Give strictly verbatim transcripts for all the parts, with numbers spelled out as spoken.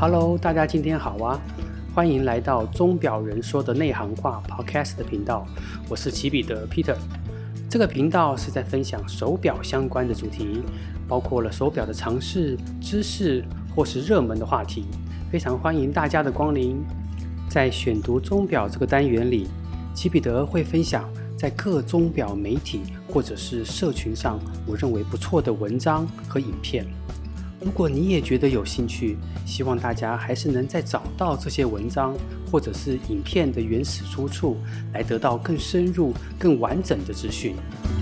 Hello， 大家今天好啊！欢迎来到钟表人说的内行话 Podcast 的频道，我是齐彼得 Peter。这个频道是在分享手表相关的主题，包括了手表的常识、知识或是热门的话题，非常欢迎大家的光临。在选读钟表这个单元里，齐彼得会分享在各钟表媒体或者是社群上我认为不错的文章和影片。如果你也觉得有兴趣，希望大家还是能再找到这些文章或者是影片的原始出处，来得到更深入、更完整的资讯。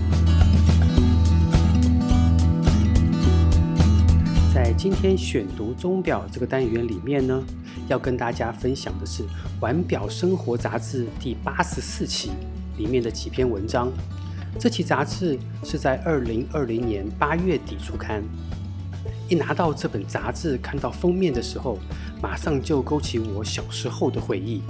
在今天选读钟表这个单元里面呢，要跟大家分享的是《玩表生活》杂志第八十四期里面的几篇文章。这期杂志是在二零二零年八月底出刊。一拿到这本杂志，看到封面的时候，马上就勾起我小时候的回忆。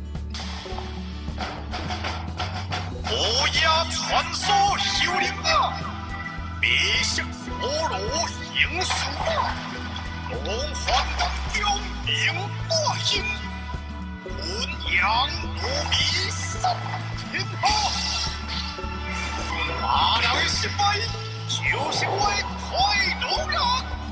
我呀传说修炼法，别向佛罗行术法，龙环王中名大兴，昆阳如米三天后，马良失败就是我快乐人。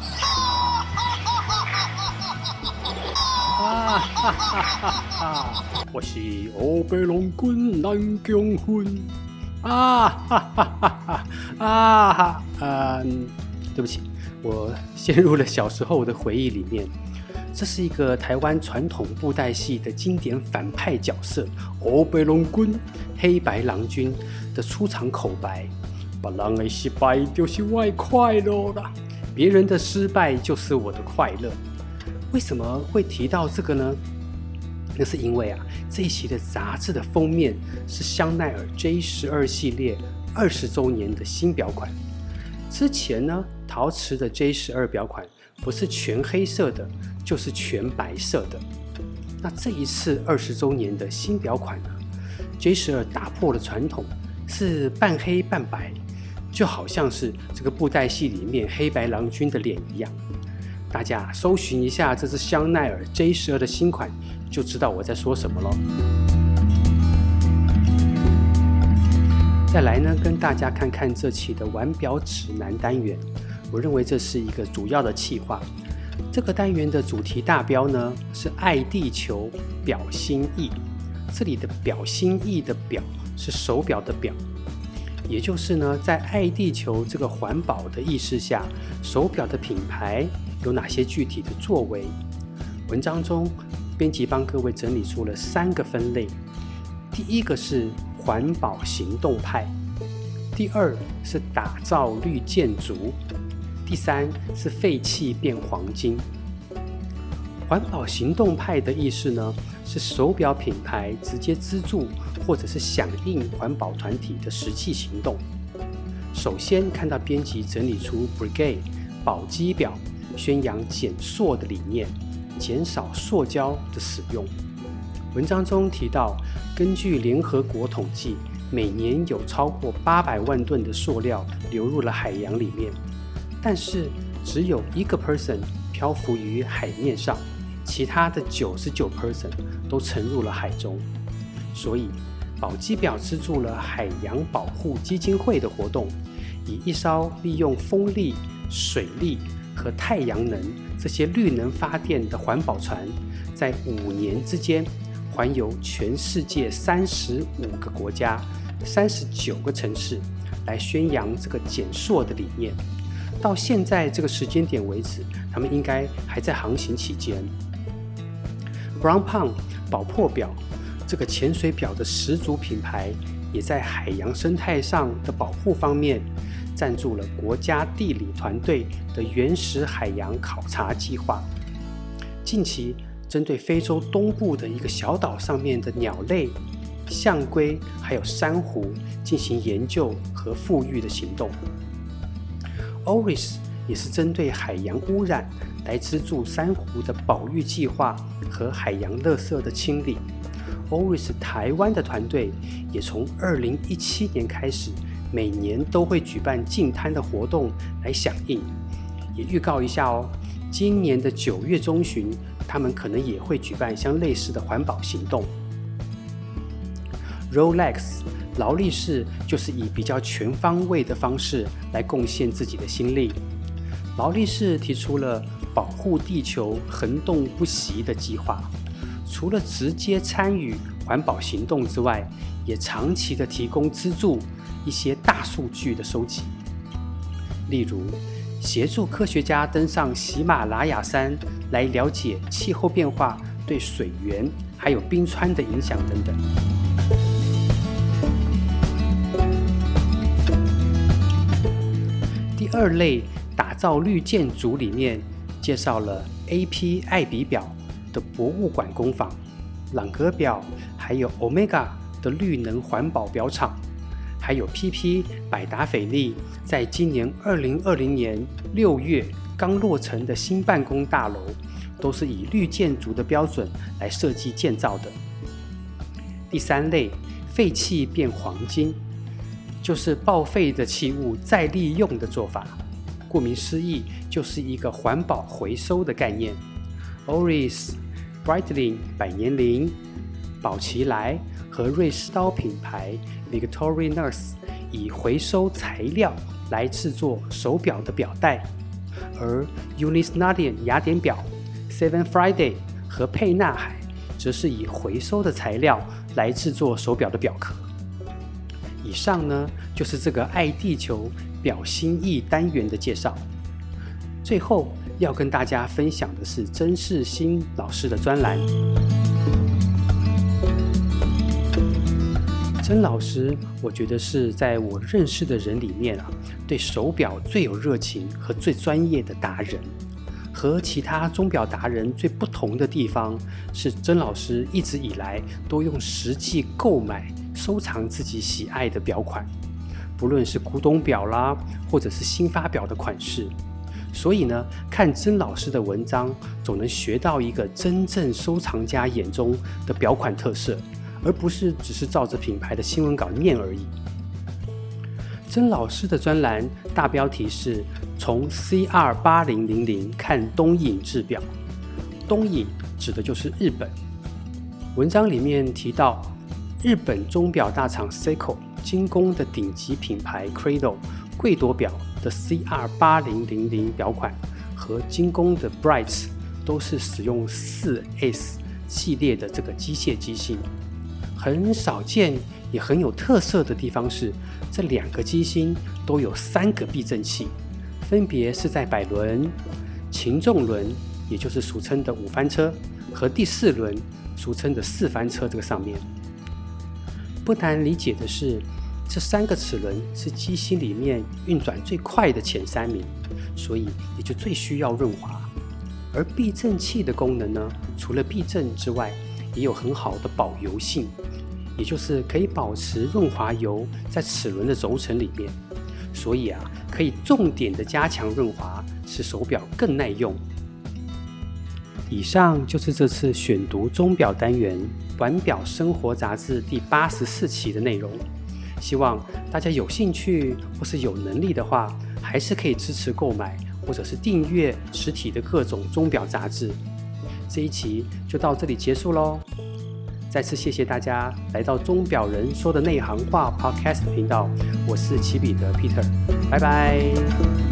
啊哈哈哈哈！我是欧北龙君南疆魂啊哈哈哈哈啊哈！嗯，对不起，我陷入了小时候的回忆里面。这是一个台湾传统布袋戏的经典反派角色欧北龙君黑白郎君的出场口白：别人的失败就是我的快乐啦，别人的失败就是我的快乐。为什么会提到这个呢？那是因为啊，这一期的杂志的封面是香奈儿 J 十二 系列二十周年的新表款。之前呢，陶瓷的 J 十二 表款不是全黑色的，就是全白色的。那这一次二十周年的新表款呢 ，J 十二 打破了传统，是半黑半白，就好像是这个布袋戏里面黑白郎君的脸一样。大家搜寻一下这支香奈儿 J 十二 的新款，就知道我在说什么了。再来呢，跟大家看看这期的玩表指南单元，我认为这是一个主要的企划。这个单元的主题大标呢是爱地球表心意，这里的表心意的表是手表的表。也就是呢，在爱地球这个环保的意识下，手表的品牌有哪些具体的作为？文章中，编辑帮各位整理出了三个分类。第一个是环保行动派，第二是打造绿建筑，第三是废弃变黄金。环保行动派的意思呢，是手表品牌直接资助或者是响应环保团体的实际行动。首先看到编辑整理出 Breguet 宝玑表宣扬减塑的理念，减少塑胶的使用。文章中提到，根据联合国统计，每年有超过八百万吨的塑料流入了海洋里面，但是只有一个 percent 漂浮于海面上，其他的 百分之九十九 都沉入了海中。所以宝玑表资助了海洋保护基金会的活动，以一艘利用风力、水力和太阳能这些绿能发电的环保船，在五年之间环游全世界三十五个国家、三十九个城市，来宣扬这个减塑的理念。到现在这个时间点为止，他们应该还在航行期间。Blancpain 宝珀表这个潜水表的始祖品牌，也在海洋生态上的保护方面赞助了国家地理团队的原始海洋考察计划。近期针对非洲东部的一个小岛上面的鸟类、象龟还有珊瑚进行研究和复育的行动。Oris 也是针对海洋污染来资助珊瑚的保育计划和海洋垃圾的清理。Oris 台湾的团队也从二零一七年开始，每年都会举办净滩的活动来响应。也预告一下哦，今年的九月中旬他们可能也会举办相类似的环保行动。Rolex 劳力士就是以比较全方位的方式来贡献自己的心力。劳力士提出了保护地球横动不息的计划，除了直接参与环保行动之外，也长期的提供资助一些大数据的收集，例如协助科学家登上喜马拉雅山来了解气候变化对水源还有冰川的影响等等。第二类打造绿建筑里面介绍了 A P 爱彼表的博物馆工坊、朗格表，还有 Omega 的绿能环保表厂，还有 P P 百达翡丽在今年二零二零年六月刚落成的新办公大楼，都是以绿建筑的标准来设计建造的。第三类废气变黄金，就是报废的器物再利用的做法，顾名思义，就是一个环保回收的概念。Oris、Breitling 百年灵、宝奇来和瑞士刀品牌 Victorinox 以回收材料来制作手表的表带，而 Unisnadian 雅典表、Seven Friday 和沛纳海则是以回收的材料来制作手表的表壳。以上呢，就是这个爱地球表心意单元的介绍。最后要跟大家分享的是曾世新老师的专栏。曾老师，我觉得是在我认识的人里面啊，对手表最有热情和最专业的达人。和其他钟表达人最不同的地方是，曾老师一直以来都用实际购买、收藏自己喜爱的表款，不论是古董表啦，或者是新发表的款式。所以呢，看曾老师的文章，总能学到一个真正收藏家眼中的表款特色，而不是只是照着品牌的新闻稿念而已。曾老师的专栏大标题是从 C R 八零零零 看东瀛制表，东瀛指的就是日本。文章里面提到，日本钟表大厂 Seiko 精工的顶级品牌 Credo 贵朵表的 C R 八零零零 表款和精工的 Brights 都是使用 四 S 系列的这个机械机芯。很少见也很有特色的地方是，这两个机芯都有三个避震器，分别是在摆轮、擒纵轮，也就是俗称的五翻车，和第四轮，俗称的四翻车这个上面。不难理解的是，这三个齿轮是机芯里面运转最快的前三名，所以也就最需要润滑。而避震器的功能呢，除了避震之外，也有很好的保油性，也就是可以保持润滑油在齿轮的轴承里面，所以啊，可以重点的加强润滑，使手表更耐用。以上就是这次选读钟表单元玩表生活杂志第八十四期的内容。希望大家有兴趣或是有能力的话，还是可以支持购买或者是订阅实体的各种钟表杂志。这一期就到这里结束咯，再次谢谢大家来到钟表人说的内行话 Podcast 频道，我是齐彼得 Peter， 拜拜。